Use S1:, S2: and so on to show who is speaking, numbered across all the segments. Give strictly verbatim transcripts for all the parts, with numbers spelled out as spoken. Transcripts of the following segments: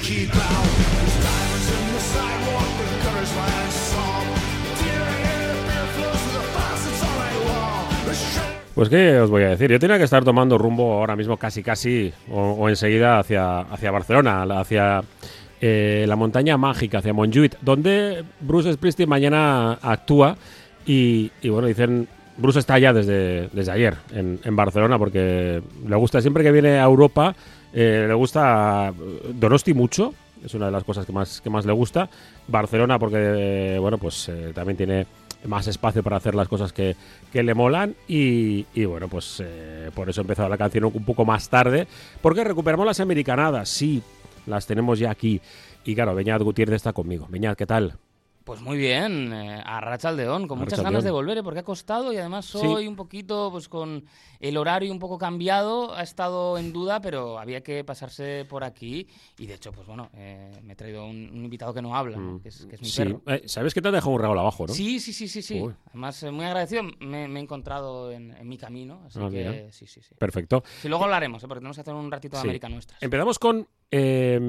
S1: keep out. There's diamonds in the sidewalk with gutters lying salt. Deer air, beer flows with the faucets all night long. There's tre-
S2: Pues qué os voy a decir, yo tenía que estar tomando rumbo ahora mismo casi casi o, o enseguida hacia, hacia Barcelona, hacia eh, la montaña mágica, hacia Montjuïc, donde Bruce Springsteen mañana actúa y, y bueno, dicen, Bruce está allá desde, desde ayer en, en Barcelona porque le gusta, siempre que viene a Europa, eh, le gusta Donosti mucho, es una de las cosas que más, que más le gusta, Barcelona porque, eh, bueno, pues eh, también tiene más espacio para hacer las cosas que, que le molan y, y bueno, pues eh, por eso he empezado la canción un poco más tarde, porque recuperamos las americanadas, sí, las tenemos ya aquí. Y claro, Beñat Gutiérrez está conmigo. Beñat, ¿qué tal?
S3: Pues muy bien, eh, a Arratsaldeon, con
S2: A
S3: muchas
S2: Arratsaldeon.
S3: ganas de volver, ¿eh? Porque ha costado y además hoy
S2: Sí.
S3: un poquito, pues con el horario un poco cambiado, ha estado en duda, pero había que pasarse por aquí y de hecho, pues bueno, eh, me he traído un, un invitado que no habla, ¿no?
S2: Mm,
S3: que, es, que es mi
S2: sí.
S3: perro.
S2: Eh, ¿Sabes que te ha dejado un regalo abajo, no?
S3: Sí, sí, sí, sí, sí.
S2: Uy.
S3: Además, eh, muy agradecido, me, me he encontrado en, en mi camino, así
S2: Ah,
S3: que
S2: mira.
S3: sí, sí, sí.
S2: Perfecto.
S3: Sí, luego hablaremos, ¿eh? Porque tenemos que hacer un ratito de
S2: Sí.
S3: América Nuestras.
S2: Empezamos con eh,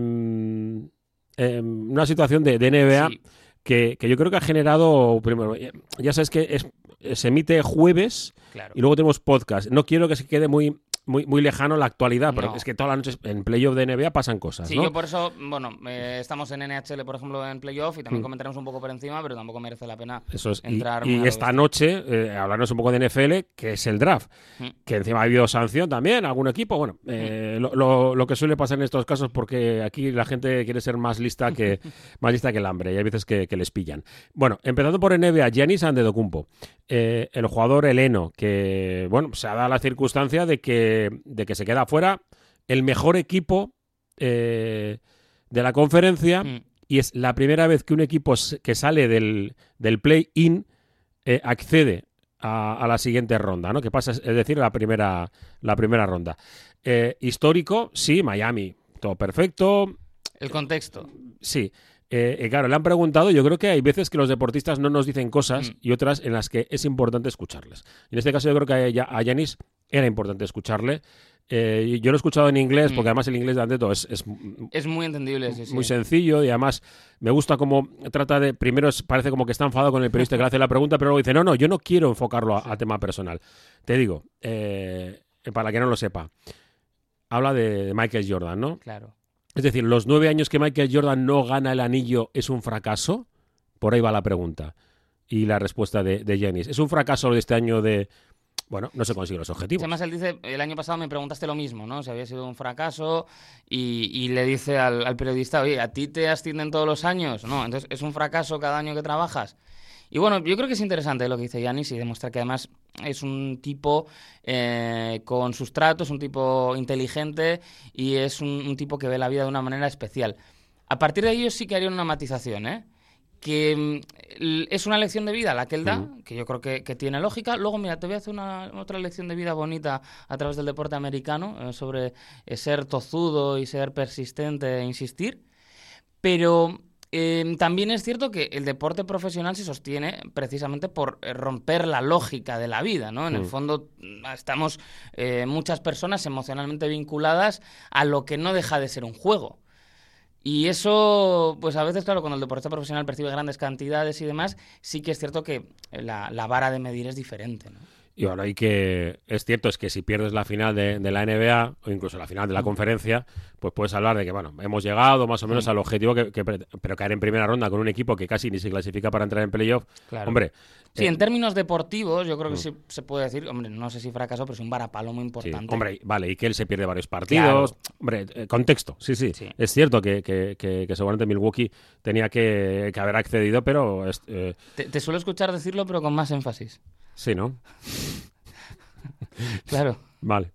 S2: eh, una situación de, de N B A
S3: Sí.
S2: que, que yo creo que ha generado, primero, ya, ya sabes que es, se emite jueves
S3: Claro.
S2: y luego tenemos podcast. No quiero que se quede muy, muy, muy lejano la actualidad, pero
S3: No.
S2: es que todas las noches en playoff de N B A pasan cosas,
S3: Sí,
S2: ¿no?
S3: yo por eso, bueno, eh, estamos en N H L, por ejemplo, en playoff y también
S2: Mm.
S3: comentaremos un poco por encima, pero tampoco merece la pena
S2: Eso es. Y,
S3: entrar
S2: y
S3: muy a lo
S2: esta
S3: bestia.
S2: noche, eh, hablarnos un poco de N F L, que es el draft.
S3: Mm.
S2: Que encima ha habido sanción también, algún equipo. Bueno, eh, lo, lo- lo que suele pasar en estos casos, porque aquí la gente quiere ser más lista que más lista que el hambre, y hay veces que, que les pillan. Bueno, empezando por N B A, Giannis Antetokounmpo, eh, el jugador heleno, que bueno, se ha dado la circunstancia de que, de que se queda fuera el mejor equipo eh, de la conferencia.
S3: Mm.
S2: Y es la primera vez que un equipo s- que sale del, del play-in eh, accede a, a la siguiente ronda, ¿no? Que pasa, es decir, la primera, la primera ronda. Eh, histórico, sí, Miami, todo perfecto,
S3: El contexto.
S2: sí. Eh, eh, claro, le han preguntado, yo creo que hay veces que los deportistas no nos dicen cosas
S3: Mm.
S2: y otras en las que es importante escucharles. En este caso yo creo que a, ella- a Giannis era importante escucharle. Eh, yo lo he escuchado en inglés,
S3: Mm.
S2: porque además el inglés de Anteto es, es
S3: Es muy entendible, sí, sí.
S2: muy sencillo y además me gusta cómo trata de, primero es- parece como que está enfadado con el periodista que le hace la pregunta, pero luego dice, no, no, yo no quiero enfocarlo a, a tema personal. Te digo, eh, para que no lo sepa, habla de, de Michael Jordan, ¿no?
S3: Claro.
S2: Es decir, los nueve años que Michael Jordan no gana el anillo es un fracaso, por ahí va la pregunta. Y la respuesta de, de Giannis, es un fracaso de este año de, bueno, no se consiguen los objetivos.
S3: Además, él dice, el año pasado me preguntaste lo mismo, ¿no? Si había sido un fracaso y, y le dice al, al periodista, oye, ¿a ti te ascienden todos los años? No, entonces es un fracaso cada año que trabajas. Y bueno, yo creo que es interesante lo que dice Giannis y demuestra que además es un tipo eh, con sustrato, es un tipo inteligente y es un, un tipo que ve la vida de una manera especial. A partir de ahí yo sí que haría una matización, ¿eh? Que mm, es una lección de vida la que él da,
S2: Mm.
S3: que yo creo que, que tiene lógica. Luego, mira, te voy a hacer una, otra lección de vida bonita a través del deporte americano, eh, sobre eh, ser tozudo y ser persistente e insistir. Pero eh, también es cierto que el deporte profesional se sostiene precisamente por eh, romper la lógica de la vida, ¿no? En el
S2: Mm.
S3: fondo mm, estamos eh, muchas personas emocionalmente vinculadas a lo que no deja de ser un juego. Y eso, pues a veces, claro, cuando el deportista profesional percibe grandes cantidades y demás, sí que es cierto que la, la vara de medir es diferente, ¿no?
S2: Y ahora hay que, es cierto, es que si pierdes la final de, de la N B A o incluso la final de la conferencia, pues puedes hablar de que, bueno, hemos llegado más o menos al objetivo, que, que pre- pero caer en primera ronda con un equipo que casi ni se clasifica para entrar en playoff,
S3: Claro.
S2: hombre.
S3: Sí,
S2: eh,
S3: en términos deportivos, yo creo que
S2: Mm.
S3: sí se puede decir, hombre, no sé si fracaso, pero es un varapalo muy
S2: sí,
S3: importante.
S2: hombre, vale, y que él se pierde varios partidos.
S3: Claro.
S2: Hombre, eh, contexto, sí, sí,
S3: Sí.
S2: Es cierto que, que, que, que seguramente Milwaukee tenía que, que haber accedido, pero es- eh,
S3: Te, te suelo escuchar decirlo, pero con más énfasis.
S2: sí, ¿no?
S3: Claro.
S2: Vale.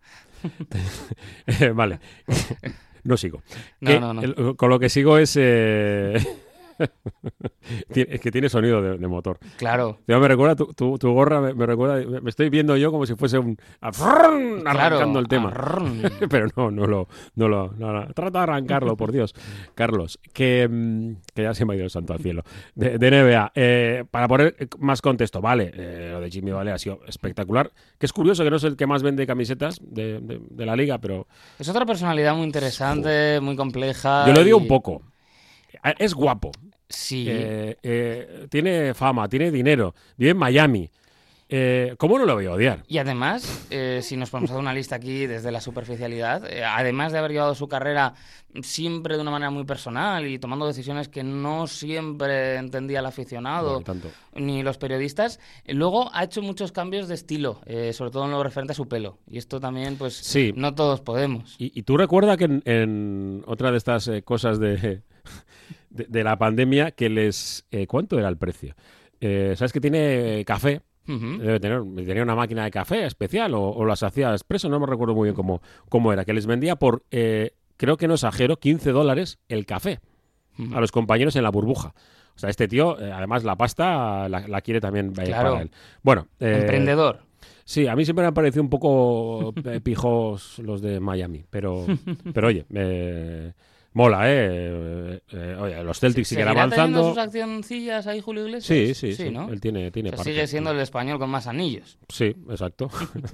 S2: Eh, vale. No sigo.
S3: No,
S2: Que
S3: no, no.
S2: el- con lo que sigo es... eh, Es que tiene sonido de, de motor.
S3: Claro.
S2: Yo me recuerda, tu, tu, tu gorra me, me recuerda, me estoy viendo yo como si fuese un... arrancando
S3: Claro,
S2: el tema.
S3: arrrn.
S2: Pero no, no lo... No lo no, no. Trata de arrancarlo, por Dios. Carlos, que, mm, que ya se me ha ido el santo al cielo. De, de N B A, eh, para poner más contexto, vale, eh, lo de Jimmy Vale ha sido espectacular. Que es curioso que no es el que más vende camisetas de, de, de la liga, pero...
S3: Es otra personalidad muy interesante, muy compleja.
S2: Yo lo digo
S3: y-
S2: un poco. Es guapo.
S3: Sí.
S2: Eh, eh, tiene fama, tiene dinero, vive en Miami. Eh, ¿Cómo no lo voy a odiar?
S3: Y además, eh, si nos ponemos a hacer una lista aquí desde la superficialidad, eh, además de haber llevado su carrera siempre de una manera muy personal y tomando decisiones que no siempre entendía el aficionado
S2: No, ni tanto.
S3: ni los periodistas, eh, luego ha hecho muchos cambios de estilo, eh, sobre todo en lo referente a su pelo. Y esto también, pues,
S2: Sí.
S3: no todos podemos.
S2: Y, y tú recuerdas que en, en otra de estas eh, cosas de, de, de la pandemia, que les... eh, ¿cuánto era el precio? Eh, ¿Sabes que tiene café?
S3: Ujú.
S2: Debe tener, tenía una máquina de café especial o, o las hacía expreso, no me recuerdo muy bien cómo, cómo era, que les vendía por, eh, creo que no exagero, quince dólares el café a los compañeros en la burbuja. O sea, este tío, eh, además la pasta la, la quiere también eh,
S3: Claro.
S2: para él. Bueno, eh,
S3: Emprendedor.
S2: sí, a mí siempre me han parecido un poco eh, pijos los de Miami, pero, pero oye, eh, mola, ¿eh? Eh, eh, Oye, los Celtics siguen
S3: ¿Seguirá teniendo
S2: avanzando.
S3: sus accioncillas ahí, Julio Iglesias?
S2: Sí, sí, sí,
S3: ¿no?
S2: él tiene, tiene
S3: O sea,
S2: parte.
S3: sigue siendo el español con más anillos.
S2: Sí, exacto.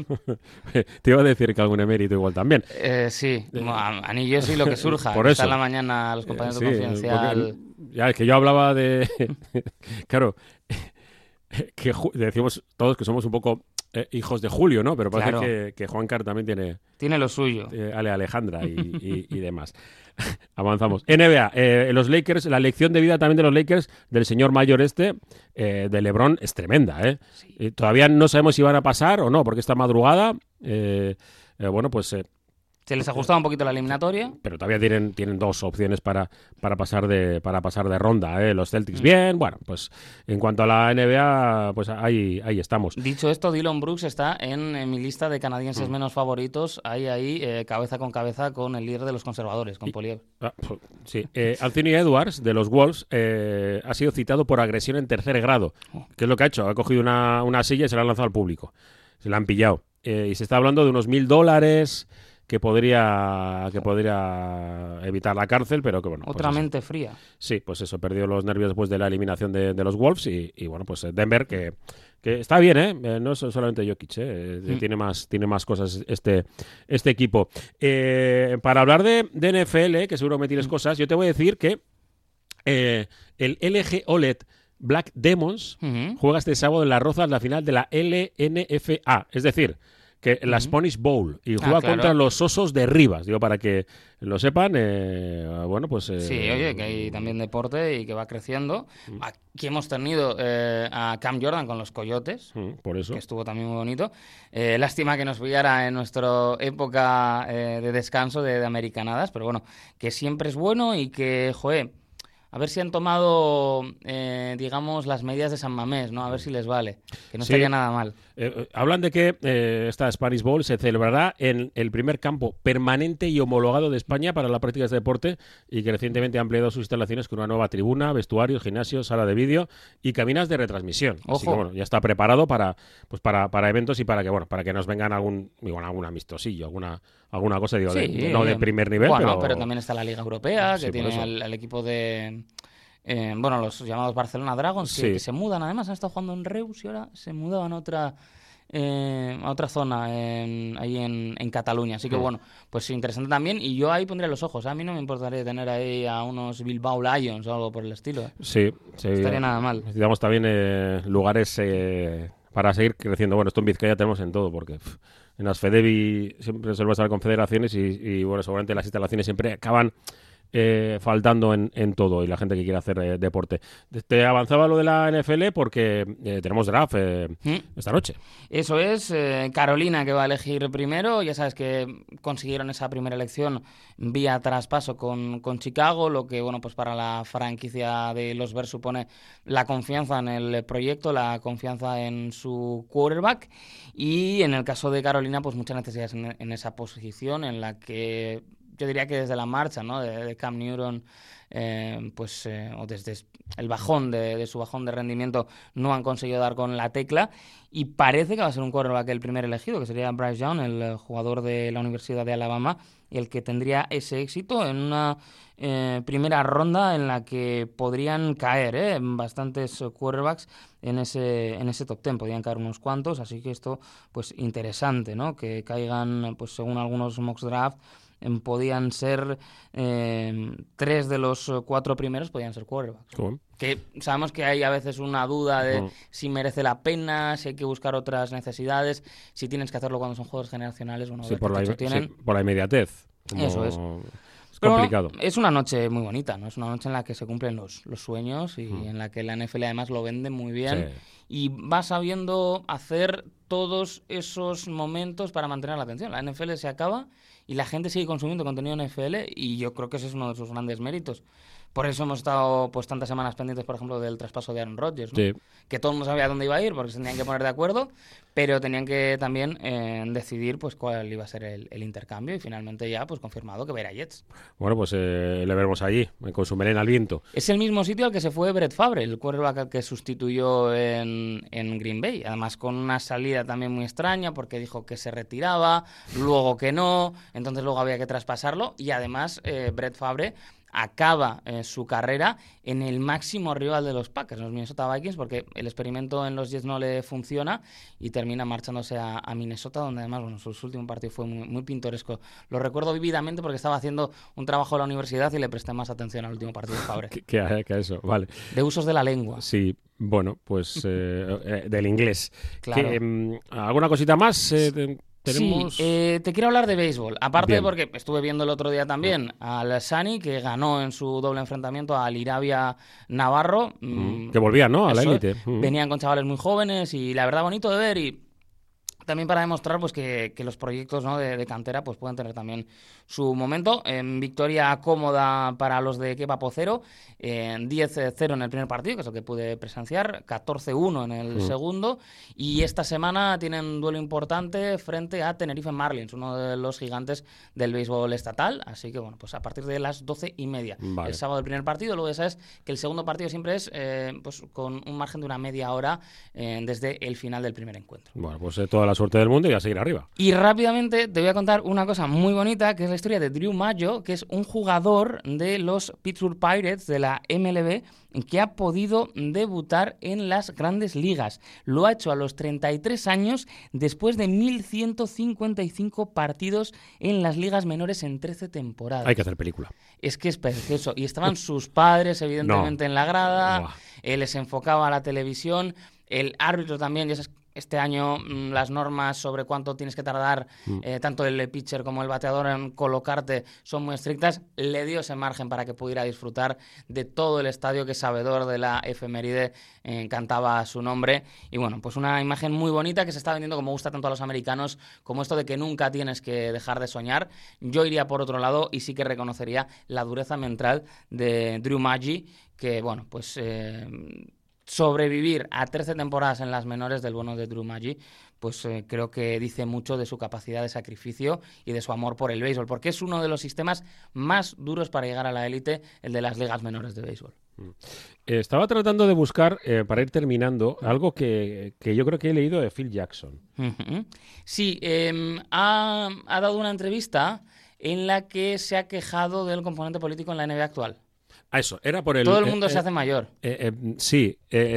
S2: Te iba a decir que algún emérito igual también.
S3: Eh, sí, como a- anillos y lo que surja.
S2: Por
S3: que
S2: eso.
S3: está en la mañana los compañeros
S2: Eh,
S3: de
S2: sí,
S3: Confidencial.
S2: porque, ya, es que yo hablaba de... claro, que ju- decimos todos que somos un poco eh, hijos de Julio, ¿no? Pero parece
S3: Claro.
S2: que, que Juan Carr también tiene
S3: Tiene lo suyo.
S2: eh, Ale Alejandra y, y- y demás. Avanzamos. N B A, eh, los Lakers, la lección de vida también de los Lakers, del señor mayor este, eh, de LeBron, es tremenda, ¿eh? Y todavía no sabemos si van a pasar o no, porque esta madrugada, eh, eh, bueno, pues... eh,
S3: Se les ajustaba un poquito la eliminatoria.
S2: pero todavía tienen, tienen dos opciones para, para pasar de para pasar de ronda, ¿eh? Los Celtics bien, bueno, pues en cuanto a la N B A, pues ahí, ahí estamos.
S3: Dicho esto, Dillon Brooks está en, en mi lista de canadienses
S2: Mm.
S3: menos favoritos. Ahí, ahí, eh, cabeza con cabeza con el líder de los conservadores, con Poliev.
S2: Ah, pues, sí. Eh, Anthony Edwards, de los Wolves, eh, ha sido citado por agresión en tercer grado. ¿Qué es lo que ha hecho? Ha cogido una, una silla y se la ha lanzado al público. Se la han pillado. Eh, y se está hablando de unos mil dólares que podría que podría evitar la cárcel, pero que bueno. pues
S3: Otra
S2: eso.
S3: mente fría.
S2: Sí, pues eso, perdió los nervios después de la eliminación de, de los Wolves y, y, bueno, pues Denver, que, que está bien, ¿eh? Eh, No es solamente Jokic, ¿eh?
S3: Mm.
S2: Tiene más tiene más cosas este, este equipo. Eh, para hablar de, de N F L, que seguro me tienes cosas, yo te voy a decir que eh, el L G O L E D Black Demons
S3: Ujú.
S2: juega este sábado en Las Rozas la final de la L N F A, es decir, que la Spanish Bowl, y juega
S3: Ah, claro.
S2: contra los Osos de Rivas, digo, para que lo sepan, eh, bueno, pues... eh,
S3: Sí, oye, que hay también deporte y que va creciendo.
S2: Mm.
S3: Aquí hemos tenido eh, a Cam Jordan con los Coyotes,
S2: mm, por eso.
S3: que estuvo también muy bonito. Eh, lástima que nos pillara en nuestra época eh, de descanso de, de americanadas, pero bueno, que siempre es bueno y que, joder, a ver si han tomado, eh, digamos, las medidas de San Mamés, ¿no? A ver si les vale, que no
S2: Sí.
S3: estaría nada mal.
S2: Eh, eh, hablan de que eh, esta Spanish Bowl se celebrará en el primer campo permanente y homologado de España para la práctica de este deporte y que recientemente ha ampliado sus instalaciones con una nueva tribuna, vestuario, gimnasio, sala de vídeo y cabinas de retransmisión. Así
S3: Ojo.
S2: que bueno, ya está preparado para pues para, para eventos y para que bueno, para que nos vengan algún igual algún amistosillo, alguna alguna cosa digo, de-
S3: Sí,
S2: no de
S3: eh,
S2: primer nivel,
S3: bueno,
S2: pero,
S3: también está la Liga Europea,
S2: Sí,
S3: que
S2: por
S3: tiene
S2: eso.
S3: al, al equipo de... eh, bueno, los llamados Barcelona Dragons, que,
S2: Sí.
S3: que se mudan. Además, han estado jugando en Reus y ahora se mudaban a otra, eh, a otra zona en- ahí en, en Cataluña. Así que,
S2: Mm.
S3: bueno, pues interesante también. Y yo ahí pondría los ojos. A mí no me importaría tener ahí a unos Bilbao Lions o algo por el estilo. ¿eh?
S2: sí, sí,
S3: Estaría nada mal.
S2: necesitamos también eh, lugares eh, para seguir creciendo. Bueno, esto en Vizcaya tenemos en todo, porque pff, en las FEDEVI siempre se va a estar con federaciones y, y, bueno, seguramente las instalaciones siempre acaban eh, faltando en, en todo y la gente que quiere hacer eh, deporte. Te avanzaba lo de la N F L porque eh, tenemos draft eh,
S3: ¿Mm?
S2: esta noche.
S3: Eso es, eh, Carolina que va a elegir primero. Ya sabes que consiguieron esa primera elección vía traspaso con, con Chicago, lo que, bueno, pues para la franquicia de los Bears supone la confianza en el proyecto, la confianza en su quarterback. Y en el caso de Carolina, pues muchas necesidades en, en esa posición en la que yo diría que desde la marcha, ¿no? de, de Cam Newton, eh, pues, eh, o desde el bajón de, de su bajón de rendimiento, no han conseguido dar con la tecla, y parece que va a ser un quarterback el primer elegido, que sería Bryce Young, el jugador de la Universidad de Alabama, y el que tendría ese éxito en una eh, primera ronda en la que podrían caer eh, bastantes quarterbacks en ese en ese top ten, podrían caer unos cuantos, así que esto pues interesante, ¿no? Que caigan, pues según algunos mock draft, eh, podían ser eh, tres de los cuatro primeros podían ser quarterbacks.
S2: Cool.
S3: Que sabemos que hay a veces una duda de
S2: uh-huh.
S3: si merece la pena, si hay que buscar otras necesidades, si tienes que hacerlo cuando son juegos generacionales, bueno,
S2: sí,
S3: a ver
S2: por
S3: qué
S2: la,
S3: techo tienen.
S2: sí, por la inmediatez. Como...
S3: Eso es.
S2: Es
S3: Pero
S2: complicado.
S3: bueno, es una noche muy bonita, ¿no? Es una noche en la que se cumplen los, los sueños y
S2: uh-huh.
S3: en la que la N F L además lo vende muy bien.
S2: Sí.
S3: Y va sabiendo hacer todos esos momentos para mantener la atención. La N F L se acaba y la gente sigue consumiendo contenido N F L, y yo creo que ese es uno de sus grandes méritos. Por eso hemos estado pues tantas semanas pendientes, por ejemplo, del traspaso de Aaron Rodgers, ¿no?
S2: Sí.
S3: Que todo el mundo sabía dónde iba a ir porque se tenían que poner de acuerdo, pero tenían que también eh, decidir pues cuál iba a ser el, el intercambio, y finalmente ya pues confirmado que va a ir a Jets.
S2: Bueno, pues eh, le veremos allí, con su melena al viento.
S3: Es el mismo sitio al que se fue Brett Favre, el quarterback al que sustituyó en, en Green Bay. Además, con una salida también muy extraña, porque dijo que se retiraba, luego que no, entonces luego había que traspasarlo. Y además, eh, Brett Favre acaba eh, su carrera en el máximo rival de los Packers, los Minnesota Vikings, porque el experimento en los Jets no le funciona y termina marchándose a, a Minnesota, donde además, bueno, su último partido fue muy, muy pintoresco. Lo recuerdo vividamente porque estaba haciendo un trabajo en la universidad y le presté más atención al último partido de Favre.
S2: ¿Qué, qué, qué eso? Vale.
S3: De usos de la lengua.
S2: Sí, bueno, pues eh, eh, del inglés.
S3: Claro.
S2: ¿Qué, um, ¿Alguna cosita más? Eh, de... Tenemos...
S3: Sí, eh, te quiero hablar de béisbol. Aparte,
S2: Bien.
S3: porque estuve viendo el otro día también al Sani, que ganó en su doble enfrentamiento al Irabia Navarro.
S2: Mm, que volvía, ¿no? A la
S3: Eso,
S2: élite. Mm.
S3: Venían con chavales muy jóvenes y la verdad bonito de ver, y también para demostrar pues que, que los proyectos, ¿no? de, de cantera pues pueden tener también su momento. En victoria cómoda para los de Kepa Pocero, en diez cero en el primer partido, que es lo que pude presenciar, catorce uno en el
S2: Mm.
S3: segundo, y esta semana tienen un duelo importante frente a Tenerife Marlins, uno de los gigantes del béisbol estatal, así que bueno, pues a partir de las doce y media.
S2: Vale.
S3: El sábado el primer partido, luego ya sabes que el segundo partido siempre es eh, pues con un margen de una media hora eh, desde el final del primer encuentro.
S2: Bueno, pues eh, toda la suerte del mundo y a seguir arriba.
S3: Y rápidamente te voy a contar una cosa muy bonita, que es la historia de Drew Maggio, que es un jugador de los Pittsburgh Pirates de la M L B que ha podido debutar en las grandes ligas. Lo ha hecho a los treinta y tres años, después de mil ciento cincuenta y cinco partidos en las ligas menores en trece temporadas.
S2: Hay que hacer película.
S3: Es que es precioso. Y estaban sus padres, evidentemente,
S2: No.
S3: en la grada.
S2: Buah.
S3: Él les enfocaba a la televisión. El árbitro también, ya sabes, este año mmm, las normas sobre cuánto tienes que tardar,
S2: Mm.
S3: eh, tanto el pitcher como el bateador, en colocarte son muy estrictas. Le dio ese margen para que pudiera disfrutar de todo el estadio, que sabedor de la efeméride eh, cantaba su nombre. Y bueno, pues una imagen muy bonita que se está vendiendo como gusta tanto a los americanos, como esto de que nunca tienes que dejar de soñar. Yo iría por otro lado y sí que reconocería la dureza mental de Drew Maggio, que bueno, pues... Eh, sobrevivir a trece temporadas en las menores del bueno de Drew Maggio, pues eh, creo que dice mucho de su capacidad de sacrificio y de su amor por el béisbol, porque es uno de los sistemas más duros para llegar a la élite, el de las ligas menores de béisbol.
S2: Estaba tratando de buscar, eh, para ir terminando, algo que, que yo creo que he leído de Phil Jackson.
S3: Uh-huh. Sí, eh, ha, ha dado una entrevista en la que se ha quejado del componente político en la N B A actual.
S2: Ah, eso, era por el...
S3: Todo el mundo
S2: eh,
S3: se hace mayor.
S2: Eh, eh, sí,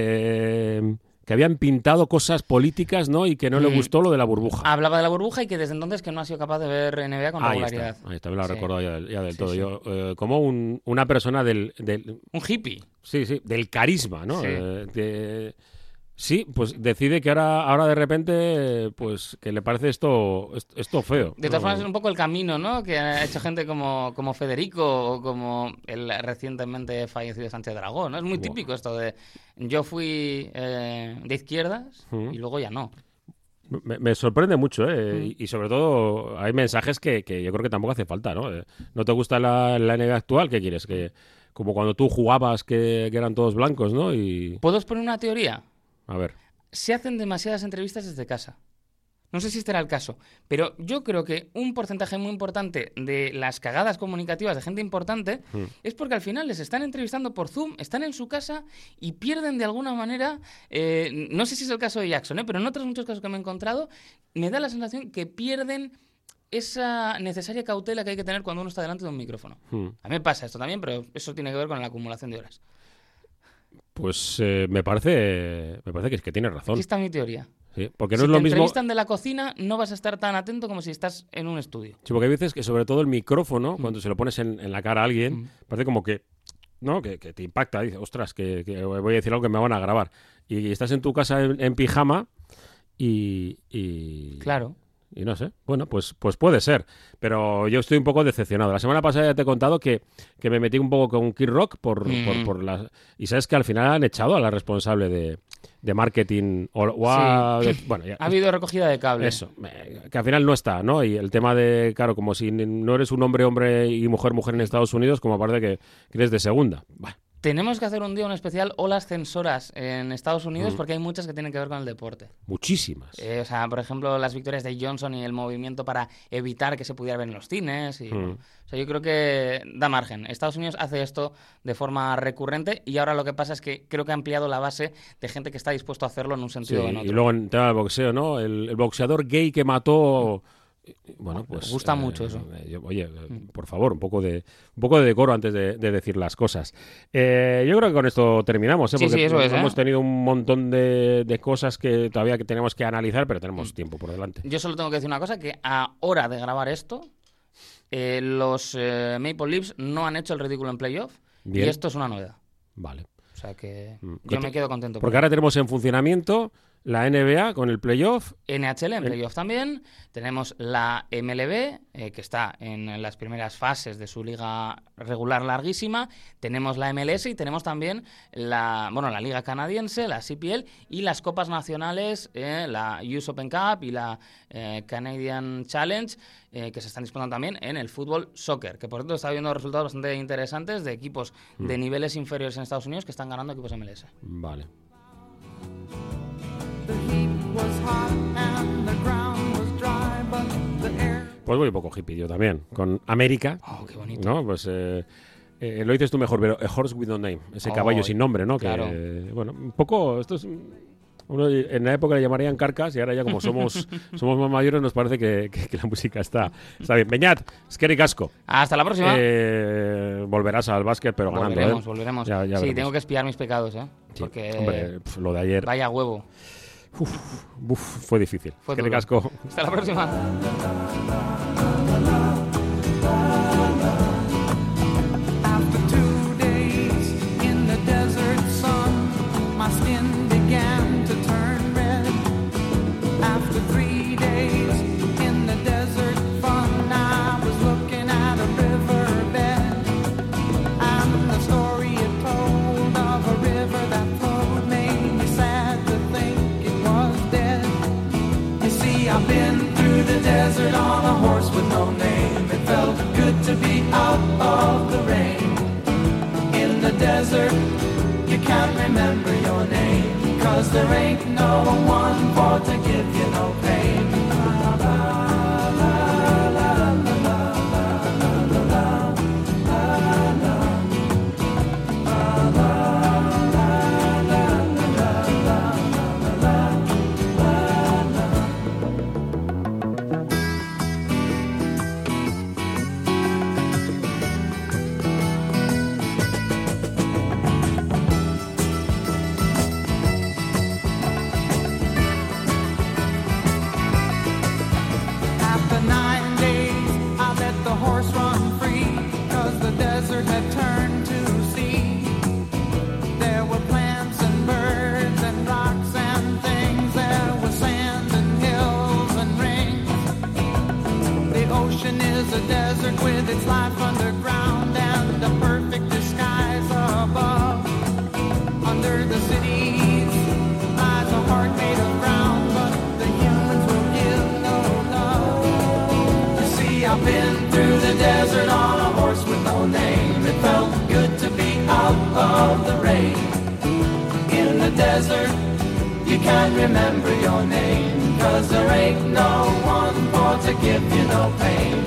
S2: eh, que habían pintado cosas políticas, ¿no? Y que no
S3: Mm.
S2: le gustó lo de la burbuja.
S3: Hablaba de la burbuja y que desde entonces que no ha sido capaz de ver N B A con
S2: Ahí
S3: regularidad.
S2: está, ahí está, me lo ha
S3: Sí.
S2: recordado ya del, ya del
S3: Sí,
S2: todo.
S3: sí.
S2: Yo, eh, como un, una persona del, del...
S3: Un hippie.
S2: Sí, sí, del carisma, ¿no?
S3: Sí.
S2: Eh, de- sí, pues decide que ahora, ahora de repente, pues que le parece esto, esto, esto feo.
S3: De todas
S2: ¿no?
S3: formas, es un poco el camino, ¿no? Que ha hecho gente como, como Federico o como el recientemente fallecido Sánchez Dragó, ¿no? Es muy
S2: Buah.
S3: típico esto de yo fui eh, de izquierdas
S2: Ujú.
S3: y luego ya no.
S2: Me, me sorprende mucho, ¿eh?
S3: Mm.
S2: Y, y sobre todo hay mensajes que, que yo creo que tampoco hace falta, ¿no? Eh, ¿No te gusta la, la N B A actual? ¿Qué quieres? Que como cuando tú jugabas que, que eran todos blancos, ¿no? Y
S3: ¿Puedo exponer una teoría?
S2: a ver.
S3: Se hacen demasiadas entrevistas desde casa. No sé si este era el caso, pero yo creo que un porcentaje muy importante de las cagadas comunicativas de gente importante mm. es porque al final les están entrevistando por Zoom, están en su casa y pierden de alguna manera, eh, no sé si es el caso de Jackson, ¿eh? pero en otros muchos casos que me he encontrado, me da la sensación que pierden esa necesaria cautela que hay que tener cuando uno está delante de un micrófono. Mm. A mí me pasa esto también, pero eso tiene que ver con la acumulación de horas.
S2: Pues eh, me parece me parece que es que tienes razón.
S3: Aquí está mi teoría.
S2: Sí, porque no
S3: si
S2: es lo
S3: te
S2: mismo.
S3: entrevistan de la cocina, no vas a estar tan atento como si estás en un estudio.
S2: Sí, porque hay veces que sobre todo el micrófono, mm. cuando se lo pones en, en la cara a alguien, mm. parece como que, ¿no? que, que te impacta. Dices, ostras, que, que voy a decir algo que me van a grabar. Y estás en tu casa en, en pijama y, y...
S3: Claro.
S2: Y no sé, bueno, pues, pues puede ser. Pero yo estoy un poco decepcionado. La semana pasada ya te he contado que, que me metí un poco con Kid Rock por, mm. por, por las... Y sabes que al final han echado a la responsable de, de marketing. O, o a,
S3: sí.
S2: de, bueno, ya,
S3: ha habido recogida de cable.
S2: Eso, que al final no está, ¿no? Y el tema de, claro, como si no eres un hombre, hombre y mujer, mujer en Estados Unidos, como parece que, que eres de segunda. Bueno.
S3: Tenemos que hacer un día un especial olas censoras en Estados Unidos mm. porque hay muchas que tienen que ver con el deporte.
S2: Muchísimas.
S3: Eh, o sea, por ejemplo, las victorias de Johnson y el movimiento para evitar que se pudiera ver en los cines. Y, mm. bueno, o sea, yo creo que da margen. Estados Unidos hace esto de forma recurrente y ahora lo que pasa es que creo que ha ampliado la base de gente que está dispuesto a hacerlo en un sentido
S2: sí,
S3: o en otro.
S2: Y luego en tema de boxeo, ¿no? El, el boxeador gay que mató... Mm. Bueno, pues
S3: me gusta
S2: eh,
S3: mucho eso.
S2: Eh, yo, oye, mm. por favor, un poco de un poco de decoro antes de, de decir las cosas. Eh, yo creo que con esto terminamos, ¿eh?
S3: Sí,
S2: porque
S3: sí, eso es,
S2: hemos
S3: ¿eh?
S2: tenido un montón de, de cosas que todavía que tenemos que analizar, pero tenemos mm. tiempo por delante.
S3: Yo solo tengo que decir una cosa, que a hora de grabar esto, eh, los eh, Maple Leafs no han hecho el ridículo en playoff. Bien. Y esto es una novedad.
S2: Vale.
S3: O sea que mm. yo me quedo contento.
S2: Porque ahora tenemos en funcionamiento la N B A con el playoff.
S3: N H L en playoff el... también. Tenemos la M L B, eh, que está en las primeras fases de su liga regular larguísima. Tenemos la M L S y tenemos también la, bueno, la liga canadiense, la C P L, y las copas nacionales, eh, la U S Open Cup y la eh, Canadian Challenge, eh, que se están disputando también en el fútbol soccer, que por cierto está viendo resultados bastante interesantes de equipos mm. de niveles inferiores en Estados Unidos que están ganando equipos M L S.
S2: Vale. Pues voy un poco hippie yo también, con América.
S3: Oh, qué bonito.
S2: ¿No? Pues eh, eh, lo dices tú mejor, pero A Horse with No Name, ese oh, caballo sin nombre, ¿no?
S3: Claro.
S2: Que, bueno, un poco, esto es... Uno, en la época le llamarían carcas y ahora ya como somos somos más mayores nos parece que, que, que la música está, está bien. Beñat, esqueri casco.
S3: Hasta la próxima.
S2: Eh, volverás al básquet, pero
S3: volveremos,
S2: ganando. ¿eh?
S3: Volveremos,
S2: ya, ya
S3: sí,
S2: veremos.
S3: tengo que espiar mis pecados, ¿eh?
S2: Sí,
S3: porque
S2: hombre, pf, lo de ayer...
S3: Vaya huevo.
S2: Uf, uf, fue difícil.
S3: Fue
S2: esqueri casco.
S3: Hasta la próxima.
S1: Desert on a horse with no name. It felt good to be out of the rain. In the desert, you can't remember your name, 'cause there ain't no one for to give you no pain. La, la, la, la, la, la, la, la, with its life underground and a perfect disguise above. Under the cities lies a heart made of ground, but the humans will give no love. You see, I've been through the desert on a horse with no name. It felt good to be out of the rain. In the desert, you can't remember your name. 'cause there ain't no one for to give you no pain.